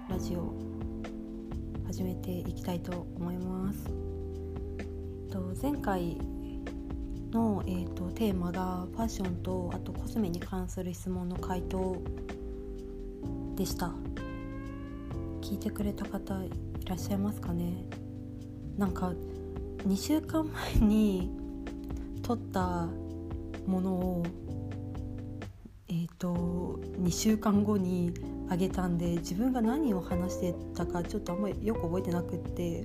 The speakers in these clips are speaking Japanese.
ラジオ始めていきたいと思います。前回の、テーマがファッションとあとコスメに関する質問の回答でした。聞いてくれた方いらっしゃいますかね。なんか2週間前に撮ったものを2週間後にあげたんで、自分が何を話してたかちょっとあんまりよく覚えてなくって、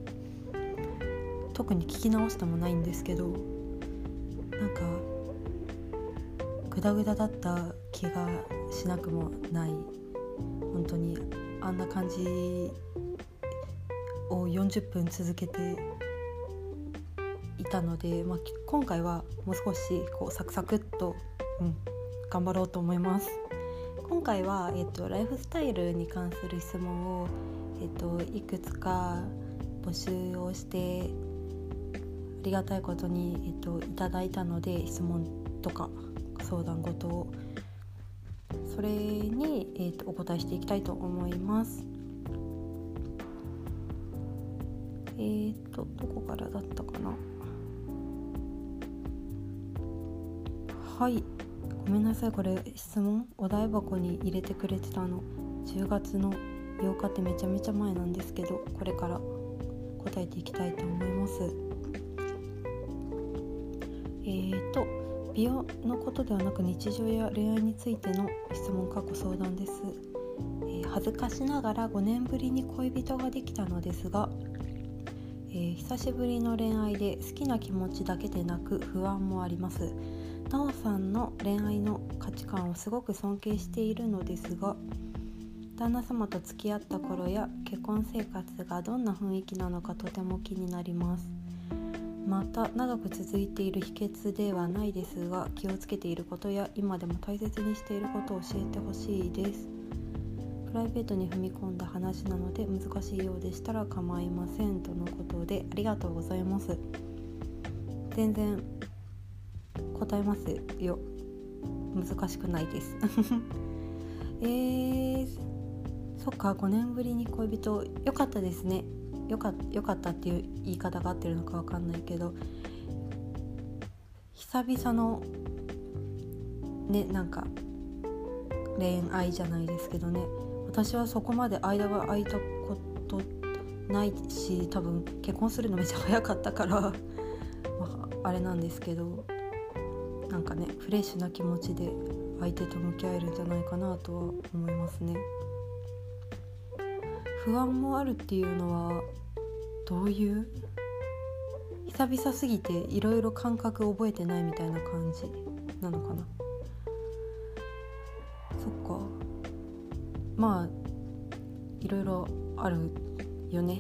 特に聞き直してもないんですけど、なんかグダグダだった気がしなくもない。本当にあんな感じを40分続けていたので、今回はもう少しサクサクっと、頑張ろうと思います。今回は、ライフスタイルに関する質問を、いくつか募集をしてありがたいことに、いただいたので、質問とか相談事をそれに、お答えしていきたいと思います。どこからだったかな。はい、ごめんなさい。これ質問お題箱に入れてくれてたの10月の8日ってめちゃめちゃ前なんですけど、これから答えていきたいと思います。美容のことではなく日常や恋愛についての質問相談です。恥ずかしながら5年ぶりに恋人ができたのですが、久しぶりの恋愛で好きな気持ちだけでなく不安もあります。なおさんの恋愛の価値観をすごく尊敬しているのですが、旦那様と付き合った頃や結婚生活がどんな雰囲気なのかとても気になります。また長く続いている秘訣ではないですが、気をつけていることや今でも大切にしていることを教えてほしいです。プライベートに踏み込んだ話なので難しいようでしたら構いませんとのことで、ありがとうございます。全然答えますよ。難しくないですそっか、5年ぶりに恋人、よかったですね。よかったっていう言い方が合ってるのか分かんないけど、久々のね、なんか恋愛じゃないですけどね。私はそこまで間が空いたことないし、多分結婚するのめっちゃ早かったからあれなんですけど、なんかね、フレッシュな気持ちで相手と向き合えるんじゃないかなとは思いますね。不安もあるっていうのはどういう、久々すぎていろいろ感覚覚えてないみたいな感じなのかな。そっか、いろいろあるよね。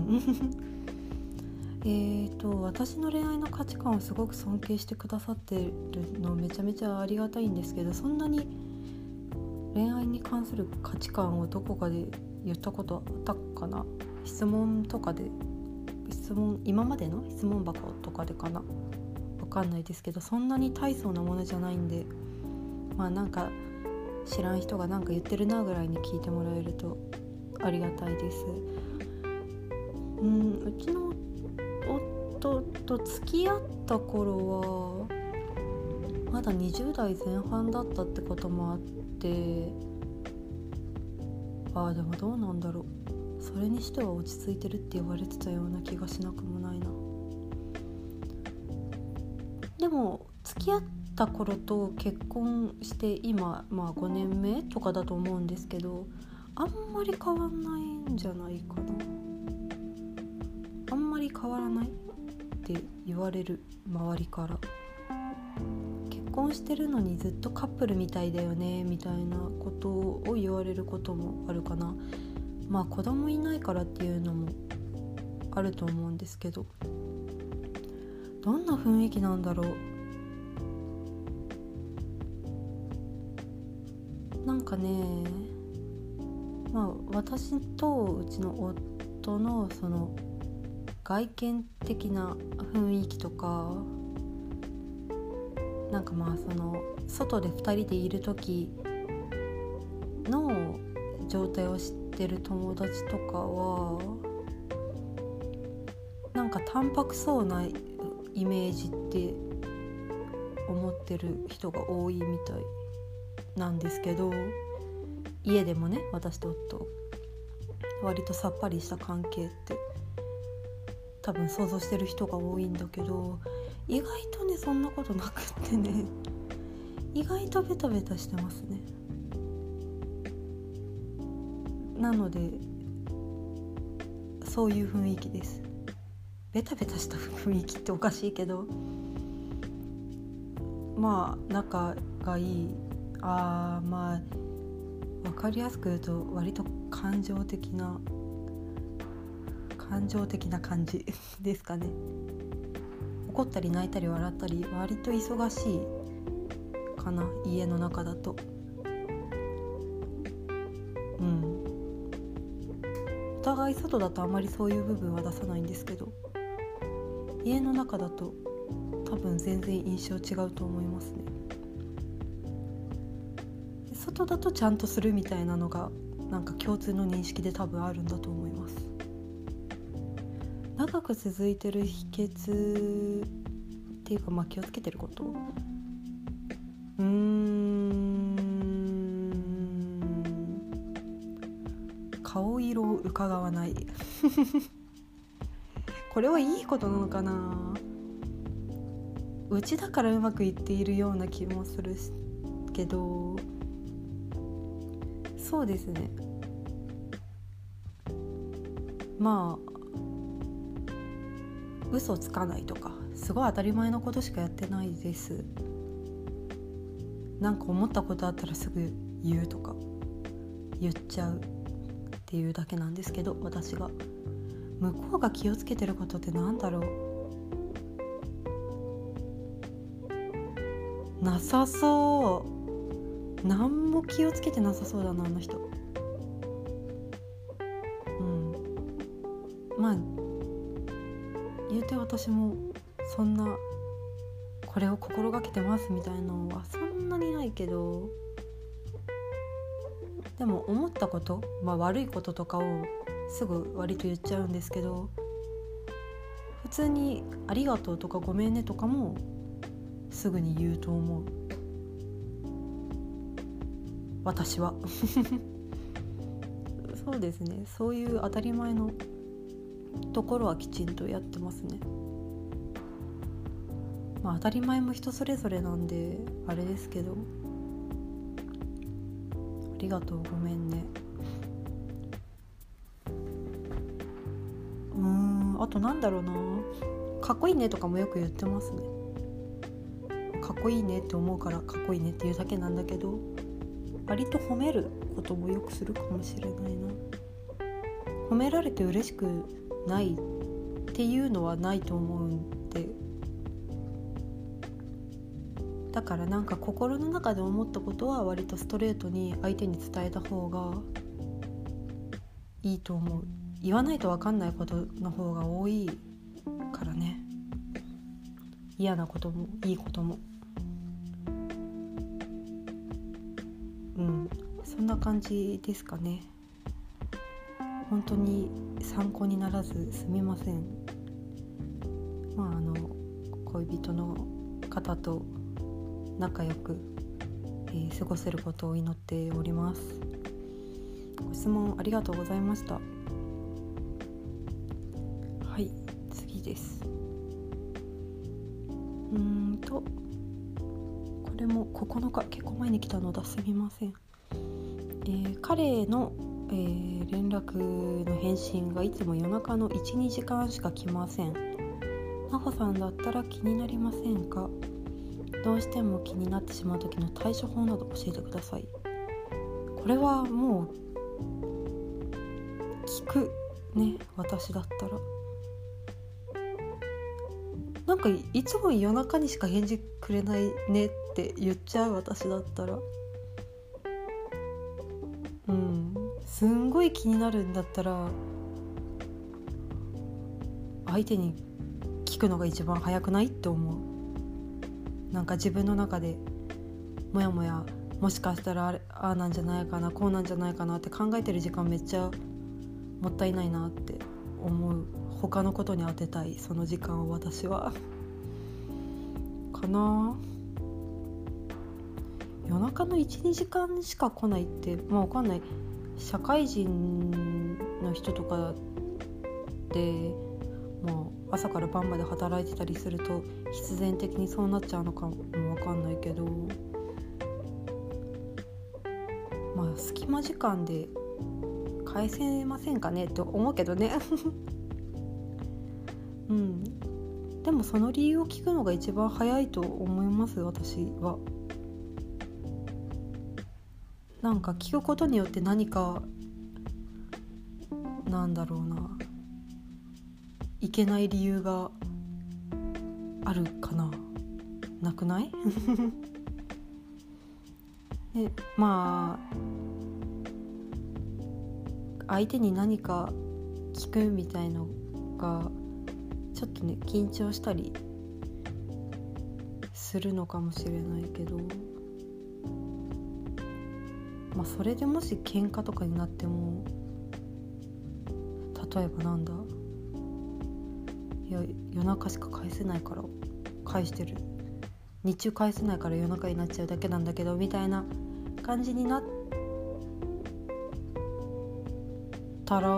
私の恋愛の価値観をすごく尊敬してくださってるのめちゃめちゃありがたいんですけど、そんなに恋愛に関する価値観をどこかで言ったことあったかな。質問とかで、今までの質問箱とかでかな、わかんないですけど、そんなに大層なものじゃないんで、なんか知らん人がなんか言ってるなぐらいに聞いてもらえるとありがたいです。うちの夫と付き合った頃はまだ20代前半だったってこともあって、でもどうなんだろう、それにしては落ち着いてるって言われてたような気がしなくもないな。でも付き合った頃と結婚して今、5年目とかだと思うんですけど、あんまり変わんないんじゃないかな。あんまり変わらないって言われる、周りから。結婚してるのにずっとカップルみたいだよねみたいなことを言われることもあるかな。子供いないからっていうのもあると思うんですけど、どんな雰囲気なんだろう。なんかね、私とうちの夫のその外見的な雰囲気とか、なんかその外で2人でいる時の状態を知ってる友達とかはなんか淡白そうなイメージって思ってる人が多いみたいなんですけど、家でもね、私と夫割とさっぱりした関係って多分想像してる人が多いんだけど、意外とねそんなことなくってね、意外とベタベタしてますね。なのでそういう雰囲気です。ベタベタした雰囲気っておかしいけど、まあ仲がいい、まあ分かりやすく言うと割と感情的な感じですかね。怒ったり泣いたり笑ったり割と忙しいかな、家の中だと。お互い外だとあまりそういう部分は出さないんですけど、家の中だと多分全然印象違うと思いますね。外だとちゃんとするみたいなのがなんか共通の認識で多分あるんだと思います。長く続いてる秘訣っていうか、気をつけてること、顔色を伺わないこれはいいことなのかな。うちだからうまくいっているような気もするけど、そうですね、嘘つかないとかすごい当たり前のことしかやってないです。なんか思ったことあったらすぐ言うとか言っちゃうっていうだけなんですけど、私が向こうが気をつけてることってなんだろう。なさそう。何も気をつけてなさそうだな、あの人。言うて私もそんなこれを心がけてますみたいなのはそんなにないけど、でも思ったこと、悪いこととかをすぐ割と言っちゃうんですけど、普通にありがとうとかごめんねとかもすぐに言うと思う、私はそうですね、そういう当たり前のところはきちんとやってますね。当たり前も人それぞれなんであれですけど、ありがとうごめんね。あとなんだろうな、かっこいいねとかもよく言ってますね。かっこいいねって思うからかっこいいねって言うだけなんだけど、割と褒めることもよくするかもしれないな。褒められて嬉しくないっていうのはないと思うんで、だからなんか心の中で思ったことは割とストレートに相手に伝えた方がいいと思う。言わないと分かんないことの方が多いからね。嫌なこともいいことも。そんな感じですかね。本当に参考にならずすみません。恋人の方と仲良く、過ごせることを祈っております。ご質問ありがとうございました。はい、次です。これも9日、結構前に来たのだ、すみません。彼の、連絡の返信がいつも夜中の 1,2 時間しか来ません。真帆さんだったら気になりませんか？どうしても気になってしまう時の対処法など教えてください。これはもう聞くね、私だったら。なんかいつも夜中にしか返事くれないねって言っちゃう、私だったら。すんごい気になるんだったら相手に聞くのが一番早くないって思う。なんか自分の中でもやもやもしかしたらああなんじゃないかな、こうなんじゃないかなって考えてる時間めっちゃもったいないなって思う。他のことに当てたい、その時間を私はかな。夜中の 1,2 時間しか来ないって、分かんない、社会人の人とかでもう朝から晩まで働いてたりすると必然的にそうなっちゃうのかも分かんないけど、隙間時間で返せませんかねって思うけどねでもその理由を聞くのが一番早いと思います。私はなんか聞くことによって何かいけない理由があるかな、なくないで相手に何か聞くみたいのがちょっとね緊張したりするのかもしれないけど、それでもし喧嘩とかになっても、例えばいや夜中しか返せないから返してる、日中返せないから夜中になっちゃうだけなんだけどみたいな感じになったら、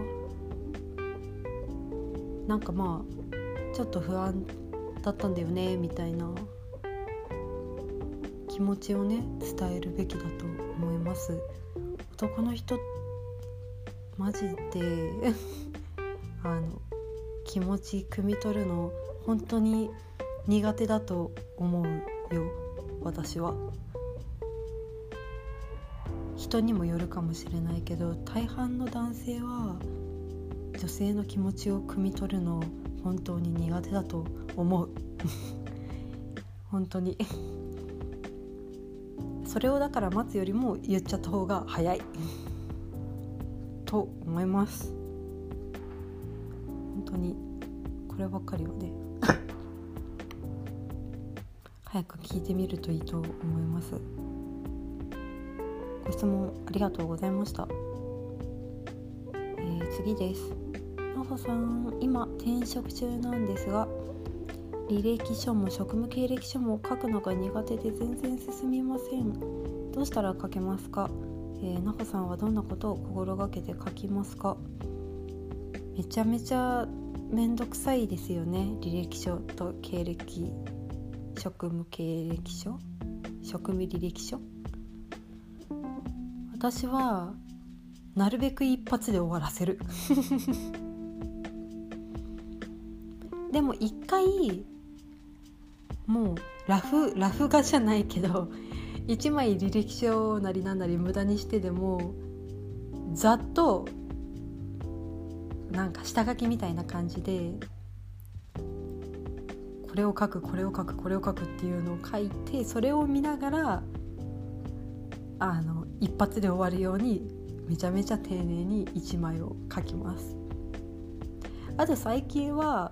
ちょっと不安だったんだよねみたいな気持ちをね伝えるべきだと思います。男の人マジで気持ち汲み取るの本当に苦手だと思うよ。私は人にもよるかもしれないけど、大半の男性は女性の気持ちを汲み取るの本当に苦手だと思う本当にそれをだから待つよりも言っちゃった方が早いと思います。本当にこればっかりはね早く聞いてみるといいと思います。ご質問ありがとうございました。次です。なほさん、今転職中なんですが、履歴書も職務経歴書も書くのが苦手で全然進みません。どうしたら書けますか？なほさんはどんなことを心がけて書きますか？めちゃめちゃめんどくさいですよね。履歴書と経歴、職務経歴書、職務履歴書。私はなるべく一発で終わらせるでも一回もうラフ画じゃないけど一枚履歴書なりなんなり無駄にしてでもざっと下書きみたいな感じでこれを書くこれを書くこれを書くっていうのを書いて、それを見ながら一発で終わるようにめちゃめちゃ丁寧に1枚を書きます。あと最近は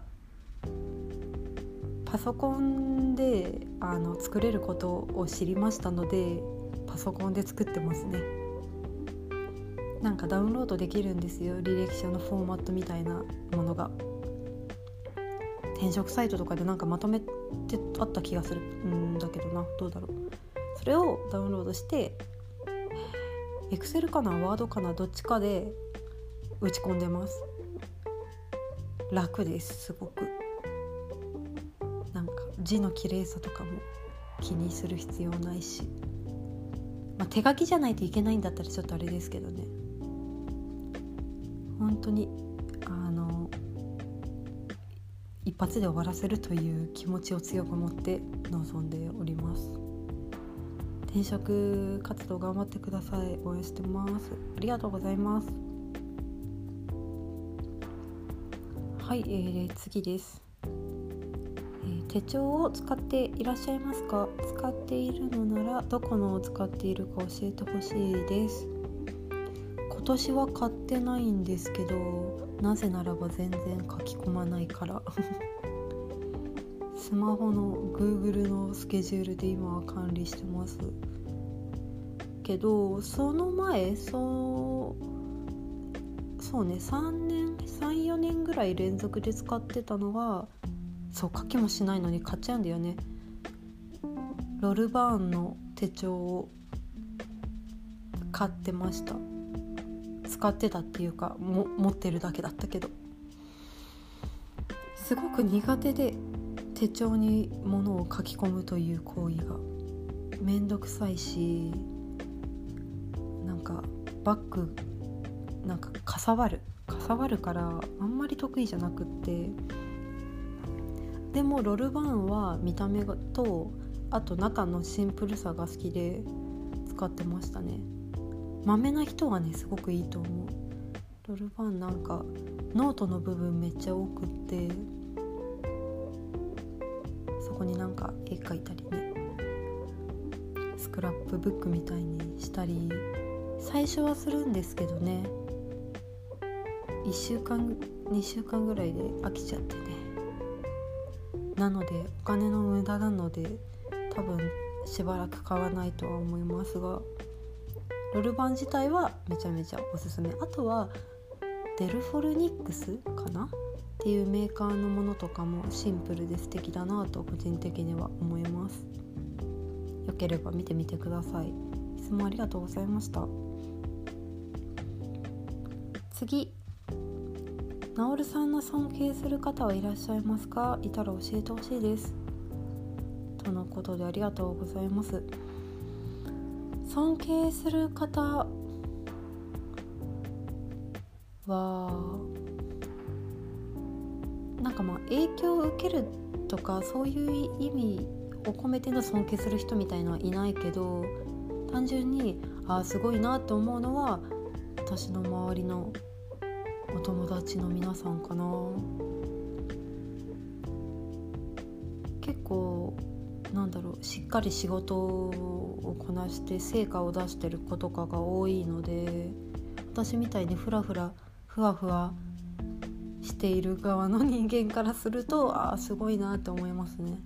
パソコンで作れることを知りましたので、パソコンで作ってますね。ダウンロードできるんですよ、履歴書のフォーマットみたいなものが。転職サイトとかでまとめてあった気がするんだけどな、どうだろう。それをダウンロードしてExcel かな Word かなどっちかで打ち込んでます。楽です、すごく。字の綺麗さとかも気にする必要ないし、手書きじゃないといけないんだったらちょっとあれですけどね。本当に一発で終わらせるという気持ちを強く持って臨んでおります。転職活動頑張ってください。応援してます。ありがとうございます。はい、次です。手帳を使っていらっしゃいますか？使っているのならどこのを使っているか教えてほしいです。今年は買ってないんですけど、なぜならば全然書き込まないからスマホの Google のスケジュールで今は管理してます。 けどその前そうね3、4年ぐらい連続で使ってたのが、そう書きもしないのに買っちゃうんだよね。ロルバーンの手帳を買ってました。使ってたっていうか持ってるだけだったけど、すごく苦手で手帳に物を書き込むという行為がめんどくさいし、なんかバッグなんかかさばるからあんまり得意じゃなくって、でもロルバーンは見た目とあと中のシンプルさが好きで使ってましたね。まめな人はねすごくいいと思う。ロルバーンなんかノートの部分めっちゃ多くって、そこになんか絵描いたりね、スクラップブックみたいにしたり最初はするんですけどね、1週間2週間ぐらいで飽きちゃってね。なのでお金の無駄なので多分しばらく買わないとは思いますが、ロルバン自体はめちゃめちゃおすすめ。あとはデルフォルニックスかなっていうメーカーのものとかもシンプルで素敵だなと個人的には思います。よければ見てみてください。いつもありがとうございました。次、ナオルさんの尊敬する方はいらっしゃいますか？いたら教えてほしいです。とのことでありがとうございます。尊敬する方はなんか影響を受けるとかそういう意味を込めての尊敬する人みたいのはいないけど、単純にすごいなと思うのは私の周りのお友達の皆さんかな。結構しっかり仕事をこなして成果を出してる子とかが多いので、私みたいにふわふわしている側の人間からするとすごいなって思いますね。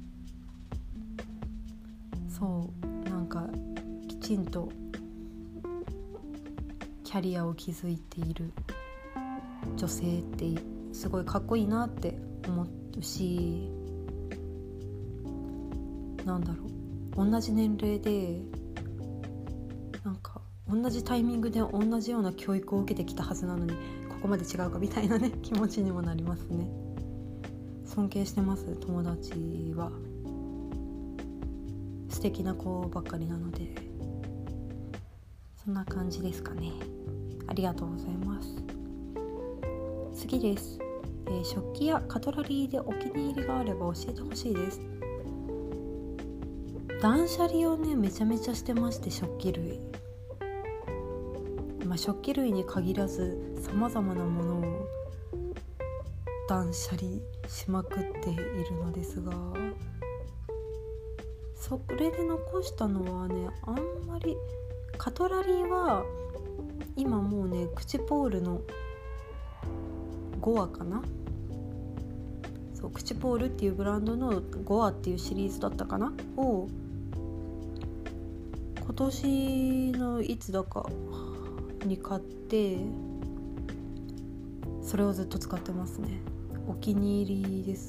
そうなんかきちんとキャリアを築いている女性ってすごいかっこいいなって思うし、同じ年齢で同じタイミングで同じような教育を受けてきたはずなのにここまで違うかみたいなね気持ちにもなりますね。尊敬してます。友達は素敵な子ばっかりなので、そんな感じですかね。ありがとうございます。次です。食器やカトラリーでお気に入りがあれば教えてほしいです。断捨離をねめちゃめちゃしてまして、食器類、食器類に限らずさまざまなものを断捨離しまくっているのですが、それで残したのはねあんまり。カトラリーは今もうねクチポールの5話かな、そうクチポールっていうブランドの5話っていうシリーズだったかなを今年のいつだかに買って、それをずっと使ってますね。お気に入りです。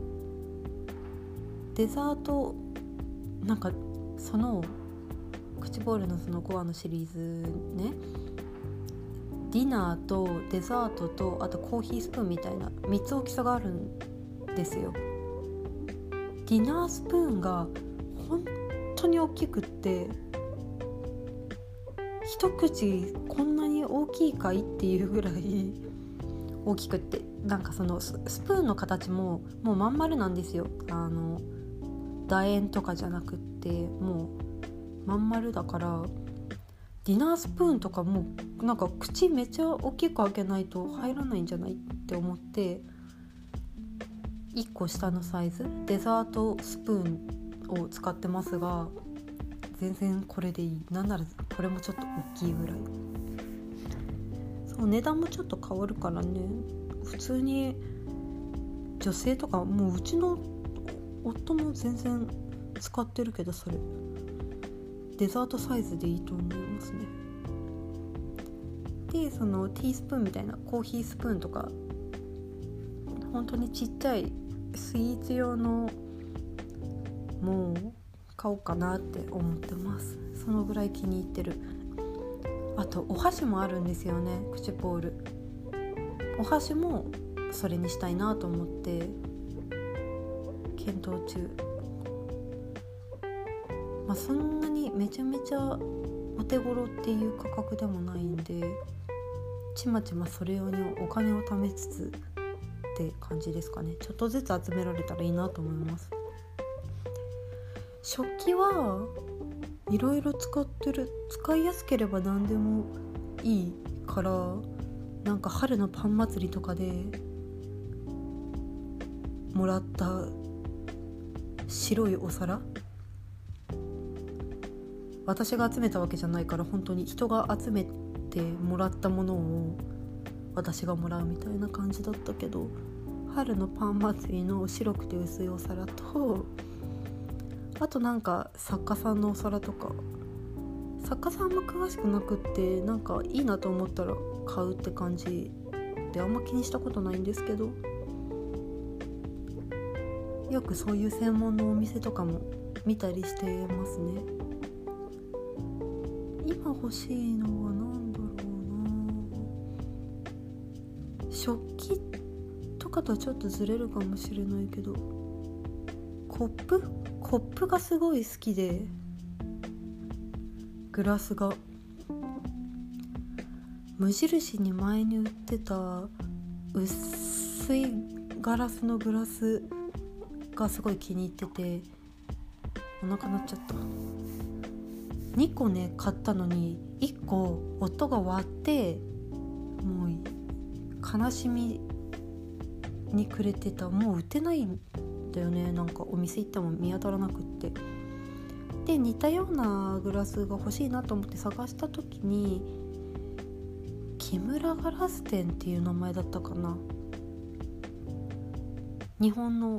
デザートそのクチボールのその5話のシリーズね、ディナーとデザートとあとコーヒースプーンみたいな3つ大きさがあるんですよ。ディナースプーンが本当に大きくって、一口こんなに大きいかいっていうぐらい大きくって、そのスプーンの形ももうまん丸なんですよ。楕円とかじゃなくってもうまん丸だから、ディナースプーンとかも口めっちゃ大きく開けないと入らないんじゃないって思って1個下のサイズデザートスプーンを使ってますが、全然これでいい。なんならこれもちょっと大きいぐらい。そう値段もちょっと変わるからね、普通に女性とかもううちの夫も全然使ってるけど、それデザートサイズでいいと思いますね。でそのティースプーンみたいなコーヒースプーンとか本当にちっちゃいスイーツ用のもう買おうかなって思ってます。そのぐらい気に入ってる。あとお箸もあるんですよね、クチュポール。お箸もそれにしたいなと思って検討中。そんなにめちゃめちゃお手頃っていう価格でもないんで、ちまちまそれ用にお金を貯めつつって感じですかね。ちょっとずつ集められたらいいなと思います。食器はいろいろ使ってる。使いやすければ何でもいいから、なんか春のパン祭りとかでもらった白いお皿、私が集めたわけじゃないから、本当に人が集めてもらったものを私がもらうみたいな感じだったけど、春のパン祭りの白くて薄いお皿と、あとなんか作家さんのお皿とか、作家さんも詳しくなくって、なんかいいなと思ったら買うって感じで、あんま気にしたことないんですけど、よくそういう専門のお店とかも見たりしてますね。今欲しいのは何だろうな。食器とかとはちょっとずれるかもしれないけど、コップがすごい好きで、グラスが無印に前に売ってた薄いガラスのグラスがすごい気に入ってて、お腹鳴っちゃった。2個ね買ったのに1個夫が割って、もう悲しみに暮れてた。もう売ってないんだよね、なんかお店行っても見当たらなくって。で似たようなグラスが欲しいなと思って探した時に、木村ガラス店っていう名前だったかな、日本の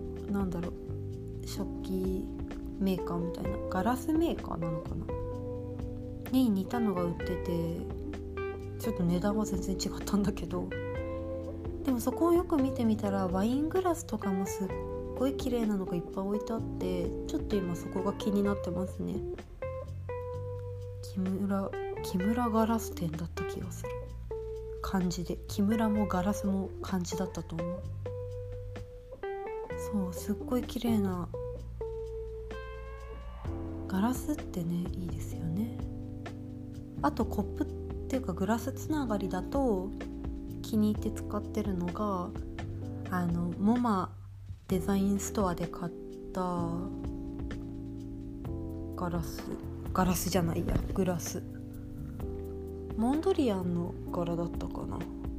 食器メーカーみたいな、ガラスメーカーなのかなに似たのが売ってて、ちょっと値段は全然違ったんだけど、でもそこをよく見てみたらワイングラスとかもすっごい綺麗なのがいっぱい置いてあって、ちょっと今そこが気になってますね。木村ガラス店だった気がする。漢字で木村もガラスも漢字だったと思う。そうすっごい綺麗なガラスってね、いいですよね。あとコップっていうかグラスつながりだと気に入って使ってるのが、モマデザインストアで買ったグラス、モンドリアンの柄だったかな。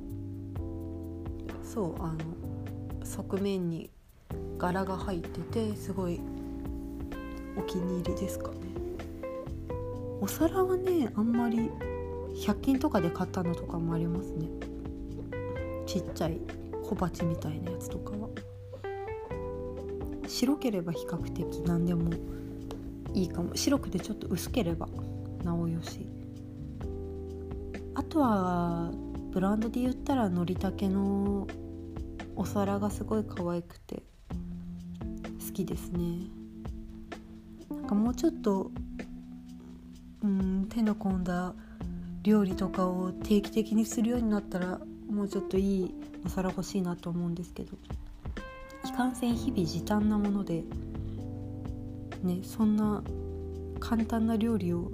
そう側面に柄が入ってて、すごいお気に入りですかね。お皿はね、あんまり100均とかで買ったのとかもありますね。ちっちゃい小鉢みたいなやつとかは。白ければ比較的何でもいいかも。白くてちょっと薄ければなおよし。あとはブランドで言ったらのりたけのお皿がすごい可愛くて好きですね。なんかもうちょっと手の込んだ料理とかを定期的にするようになったら、もうちょっといいお皿欲しいなと思うんですけど、いかんせん日々時短なものでね、そんな簡単な料理を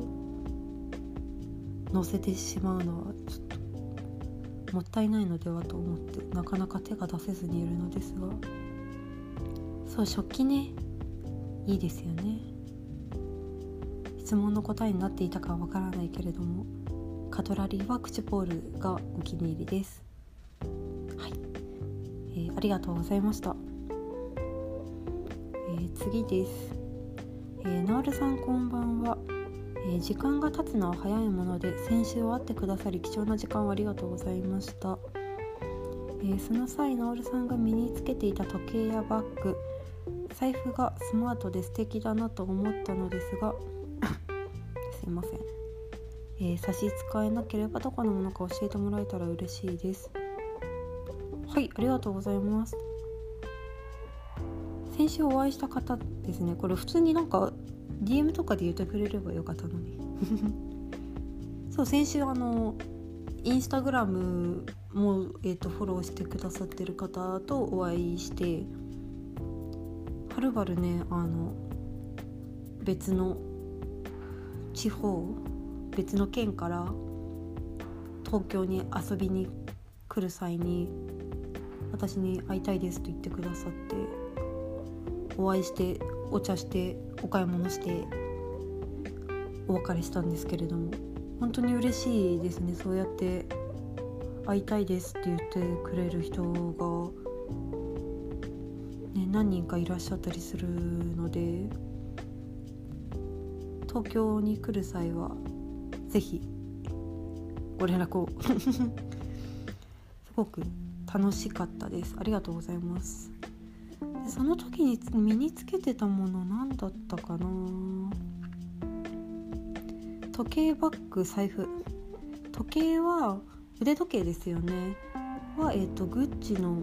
乗せてしまうのはちょっともったいないのではと思って、なかなか手が出せずにいるのですが、そう食器ね、いいですよね。質問の答えになっていたかはわからないけれども、カトラリーはクチュポールがお気に入りです。はい、ありがとうございました。次です。ナオルさんこんばんは。時間が経つのは早いもので、先週会ってくださり貴重な時間をありがとうございました。その際、ナオルさんが身につけていた時計やバッグ、財布がスマートで素敵だなと思ったのですがいません。差し支えなければどこのものか教えてもらえたら嬉しいです。はい、ありがとうございます。先週お会いした方ですね。これ普通になんか DM とかで言ってくれればよかったのにそう、先週インスタグラムも、フォローしてくださってる方とお会いして、はるばるね別の地方、別の県から東京に遊びに来る際に私に会いたいですと言ってくださって、お会いしてお茶してお買い物してお別れしたんですけれども、本当に嬉しいですね。そうやって会いたいですって言ってくれる人が、ね、何人かいらっしゃったりするので、東京に来る際はぜひご連絡をすごく楽しかったです。ありがとうございます。でその時に身につけてたもの何だったかな。時計、バッグ、財布。時計は腕時計ですよね。はグッチの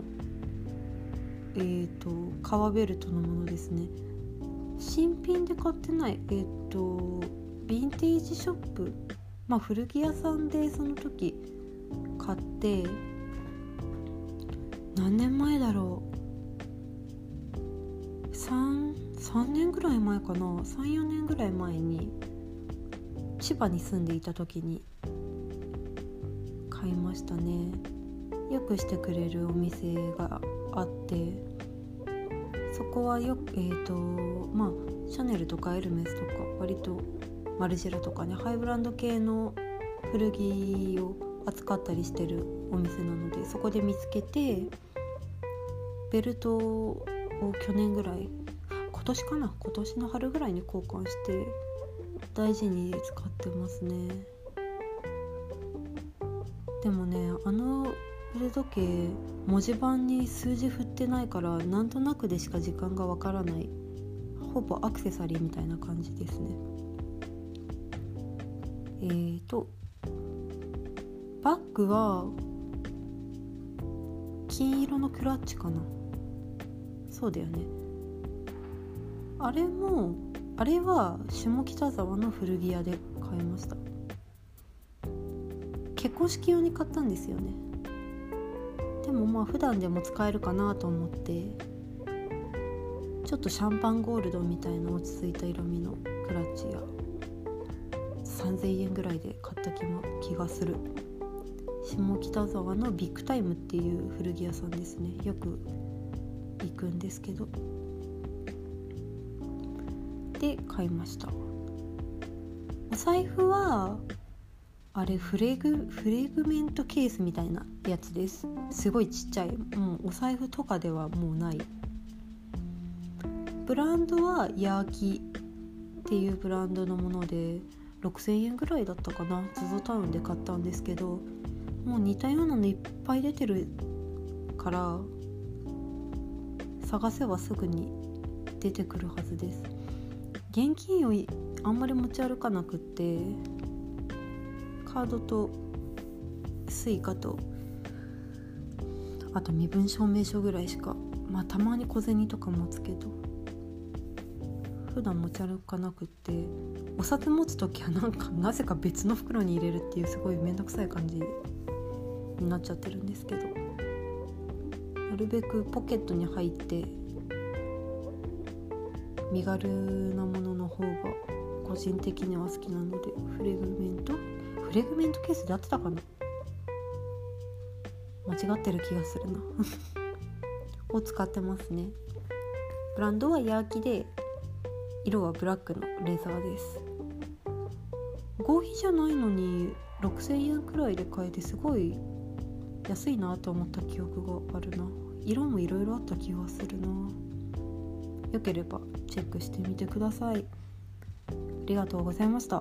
革ベルトのものですね。新品で買ってない。ヴィンテージショップ、古着屋さんでその時買って、何年前だろう、3年ぐらい前かな、3、4年ぐらい前に千葉に住んでいた時に買いましたね。よくしてくれるお店があって、そこはよくシャネルとかエルメスとか割とマルジェラとかね、ハイブランド系の古着を扱ったりしてるお店なので、そこで見つけて、ベルトを去年ぐらい、今年の春ぐらいに交換して大事に使ってますね。でもね、腕時計文字盤に数字振ってないから、なんとなくでしか時間がわからない、ほぼアクセサリーみたいな感じですね。バッグは金色のクラッチかな。そうだよね。あれは下北沢の古着屋で買いました。結婚式用に買ったんですよね。でも普段でも使えるかなと思って、ちょっとシャンパンゴールドみたいな落ち着いた色味のクラッチや3000円ぐらいで買った気がする。下北沢のビッグタイムっていう古着屋さんですね。よく行くんですけど、で買いました。お財布はあれフレグメントケースみたいなやつです。すごいちっちゃい、もうお財布とかではもうない。ブランドはヤーキっていうブランドのもので6000円ぐらいだったかな。ZOZOタウンで買ったんですけど、もう似たようなのいっぱい出てるから探せばすぐに出てくるはずです。現金をあんまり持ち歩かなくって、カードとスイカとあと身分証明書ぐらいしか、たまに小銭とか持つけど普段持ち歩かなくって、お札持つときはなぜか別の袋に入れるっていうすごいめんどくさい感じになっちゃってるんですけど、なるべくポケットに入って身軽なものの方が個人的には好きなので、フレグメントケースで合ってたかな、間違ってる気がするなを使ってますね。ブランドはヤーキで、色はブラックのレザーです。合皮じゃないのに6000円くらいで買えて、すごい安いなと思った記憶があるな。色もいろいろあった気がするな。よければチェックしてみてください。ありがとうございました。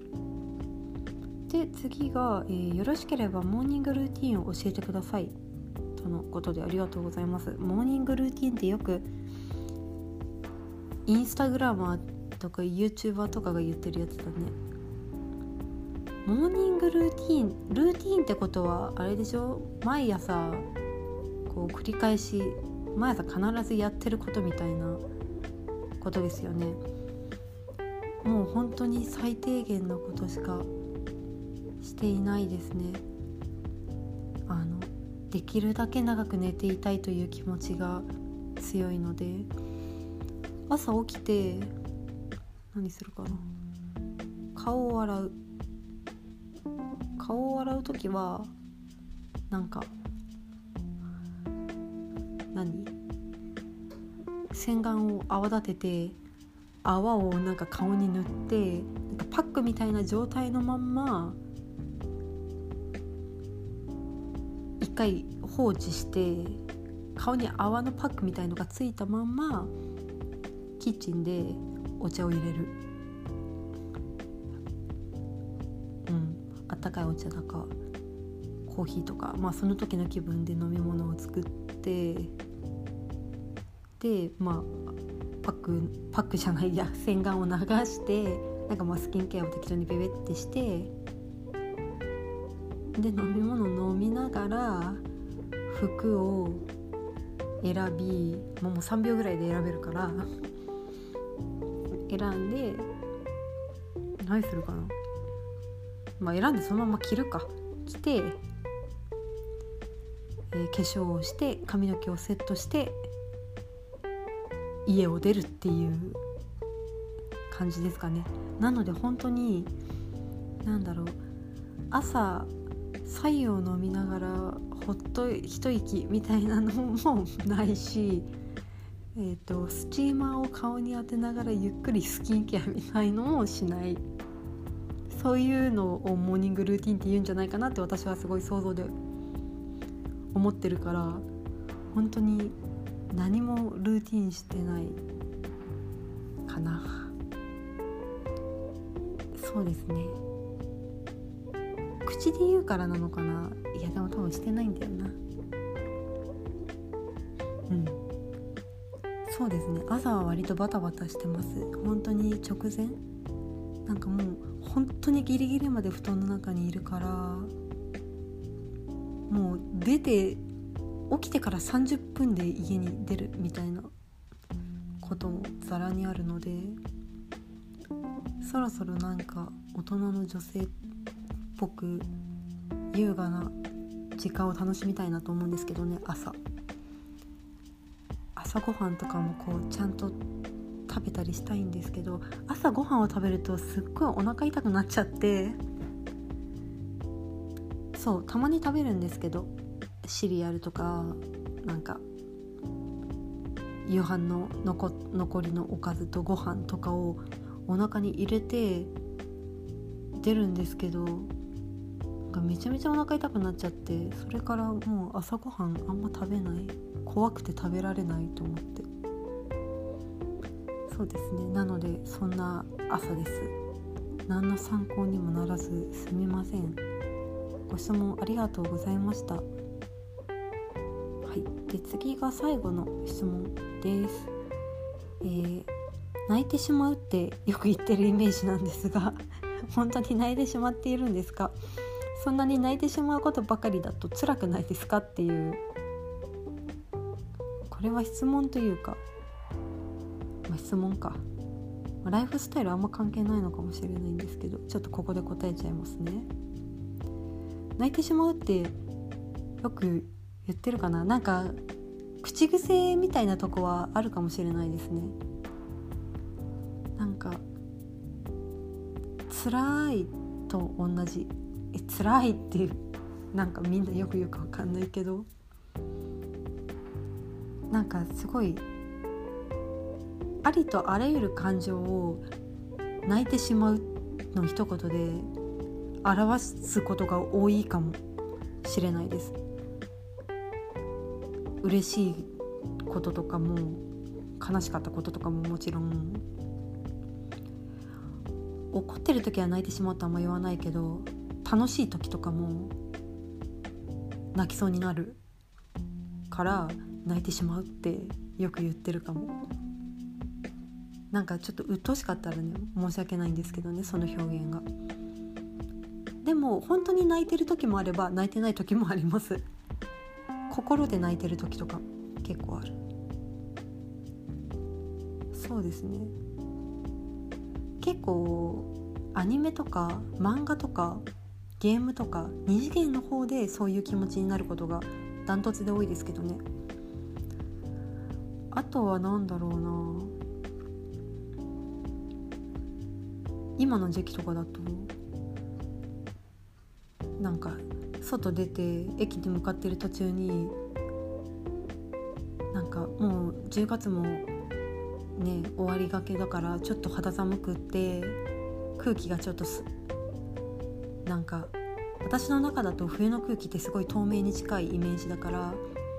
で次が、よろしければモーニングルーティンを教えてくださいとのことで、ありがとうございます。モーニングルーティンってよくインスタグラマーとか YouTuber とかが言ってるやつだね。 モーニングルーティーンってことはあれでしょ、毎朝こう繰り返し毎朝必ずやってることみたいなことですよね。もう本当に最低限のことしかしていないですね。できるだけ長く寝ていたいという気持ちが強いので、朝起きて何するかな、顔を洗うときはなんか洗顔を泡立てて泡をなんか顔に塗って、なんかパックみたいな状態のまんま一回放置して、顔に泡のパックみたいのがついたまんまキッチンでお茶を入れる。あったかいお茶だかコーヒーとか、その時の気分で飲み物を作って、でパックじゃないや洗顔を流して、なんかスキンケアを適当にベベってして、で飲み物飲みながら服を選び、もう3秒ぐらいで選べるから選んで何するかな、選んでそのまま着て、化粧をして髪の毛をセットして家を出るっていう感じですかね。なので本当に朝白湯を飲みながらほっと一息みたいなのもないし、スチーマーを顔に当てながらゆっくりスキンケアみたいのもしない、そういうのをモーニングルーティンって言うんじゃないかなって私はすごい想像で思ってるから、本当に何もルーティンしてないかな。そうですね、口で言うからなのかな。いやでも多分してないんだよな。そうですね、朝は割とバタバタしてます。本当に直前なんかもう本当にギリギリまで布団の中にいるから、もう起きてから30分で家に出るみたいなこともざらにあるので、そろそろなんか大人の女性っぽく優雅な時間を楽しみたいなと思うんですけどね。朝ごはんとかもこうちゃんと食べたりしたいんですけど、朝ごはんを食べるとすっごいお腹痛くなっちゃって、そうたまに食べるんですけど、シリアルとかなんか夕飯の残りのおかずとご飯とかをお腹に入れて出るんですけど、めちゃめちゃお腹痛くなっちゃって、それからもう朝ごはんあんま食べない、怖くて食べられないと思って。そうですね、なのでそんな朝です。何の参考にもならずすみません。ご質問ありがとうございました。はい、で次が最後の質問です。泣いてしまうってよく言ってるイメージなんですが本当に泣いてしまっているんですか？そんなに泣いてしまうことばかりだと辛くないですかっていう、これは質問というか、質問か、ライフスタイルあんま関係ないのかもしれないんですけど、ちょっとここで答えちゃいますね。泣いてしまうってよく言ってるかな。なんか口癖みたいなとこはあるかもしれないですね。なんか辛いと同じ、辛いっていう、なんかみんなよくわかんないけど、なんかすごいありとあらゆる感情を泣いてしまうの一言で表すことが多いかもしれないです。嬉しいこととかも悲しかったこととかももちろん、怒ってる時は泣いてしまうとあんま言わないけど、楽しい時とかも泣きそうになるから泣いてしまうってよく言ってるかも。なんかちょっと鬱陶しかったらね申し訳ないんですけどね、その表現が。 でも本当に泣いてる時もあれば泣いてない時もあります。心で泣いてる時とか結構ある。そうですね、結構アニメとか漫画とかゲームとか二次元の方でそういう気持ちになることがダントツで多いですけどね。あとはなんだろうな、今の時期とかだとなんか外出て駅に向かってる途中になんかもう10月もね終わりがけだからちょっと肌寒くって空気がちょっとなんか私の中だと冬の空気ってすごい透明に近いイメージだから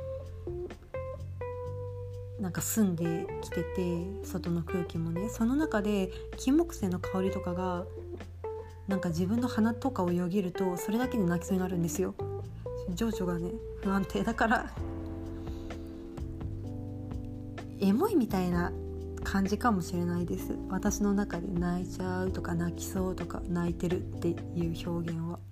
なんか澄んできてて外の空気もね、その中で金木犀の香りとかがなんか自分の鼻とかをよぎるとそれだけで泣きそうになるんですよ。情緒がね不安定だからエモいみたいな感じかもしれないです。私の中で泣いちゃうとか泣きそうとか泣いてるっていう表現は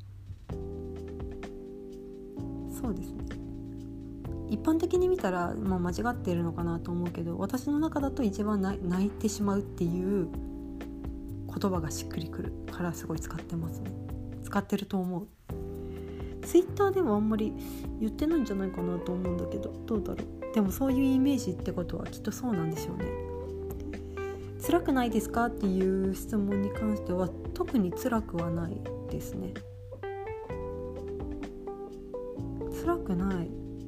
そうですね。一般的に見たら、間違っているのかなと思うけど私の中だと一番泣いてしまうっていう言葉がしっくりくるからすごい使ってますね。使ってると思う。ツイッターでもあんまり言ってないんじゃないかなと思うんだけどどうだろう。でもそういうイメージってことはきっとそうなんでしょうね。辛くないですかっていう質問に関しては特に辛くはないですね。辛くない。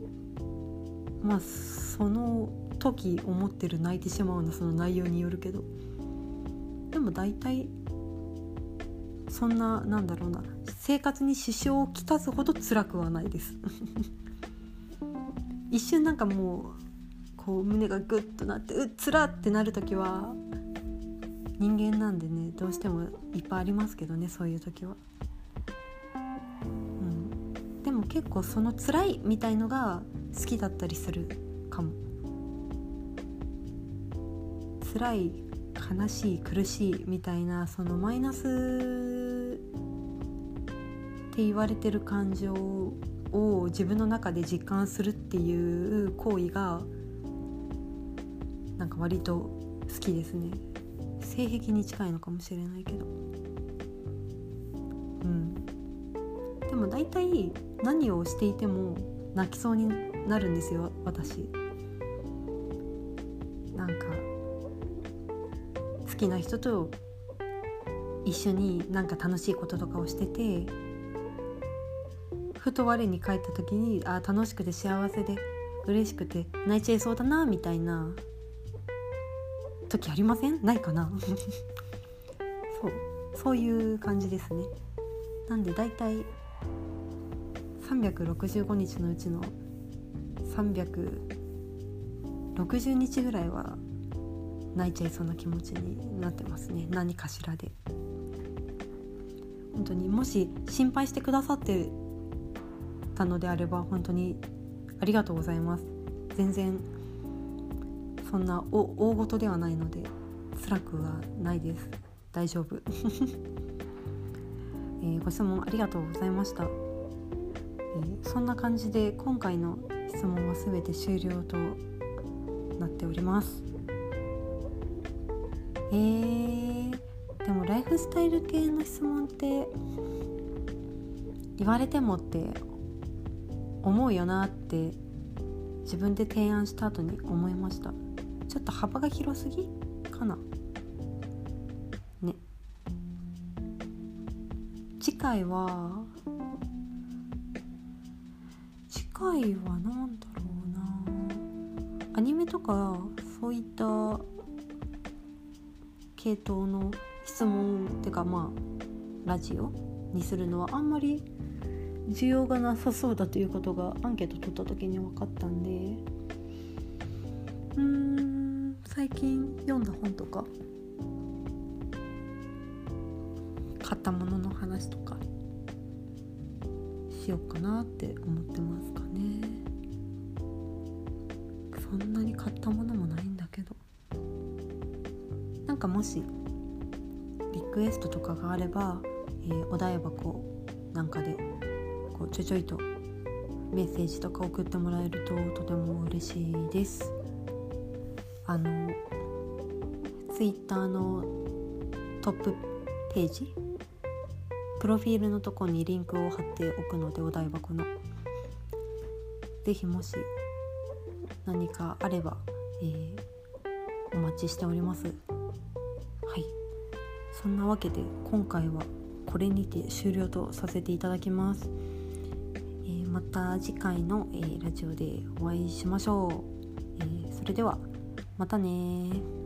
その時思ってる泣いてしまうのその内容によるけど、でも大体そんななんだろうな、生活に支障をきたすほど辛くはないです一瞬なんかもうこう胸がグッとなってつらってなる時は人間なんでねどうしてもいっぱいありますけどね、そういう時は、でも結構その辛いみたいのが好きだったりするかも。辛い悲しい苦しいみたいなそのマイナスって言われてる感情を自分の中で実感するっていう行為がなんか割と好きですね。性癖に近いのかもしれないけど、でも大体何をしていても泣きそうになるんですよ私。なんか好きな人と一緒になんか楽しいこととかをしててふと我に返った時に楽しくて幸せで嬉しくて泣いちゃいそうだなみたいな時ありません？ないかなそういう感じですね。なんでだいたい365日のうちの360日ぐらいは泣いちゃいそうな気持ちになってますね。何かしらで。本当にもし心配してくださってたのであれば本当にありがとうございます。全然そんな大事ではないので辛くはないです。大丈夫ご質問ありがとうございました。そんな感じで今回の質問は全て終了となっております。でもライフスタイル系の質問って言われてもって思うよなって自分で提案した後に思いました。ちょっと幅が広すぎかなね。次回はなんだろうな、アニメとかそういった系統の質問ってかラジオにするのはあんまり需要がなさそうだということがアンケート取った時に分かったんで、最近読んだ本とか買ったものの話とかしようかなって思ってますかね。そんなに買ったものもないんだけど、なんかもしリクエストとかがあれば、お台箱なんかでこうちょいちょいとメッセージとか送ってもらえるととても嬉しいです。ツイッターのトップページ、プロフィールのとこにリンクを貼っておくので、お題箱のぜひもし何かあれば、お待ちしております。はい、そんなわけで今回はこれにて終了とさせていただきます。また次回の、ラジオでお会いしましょう。それではまたね。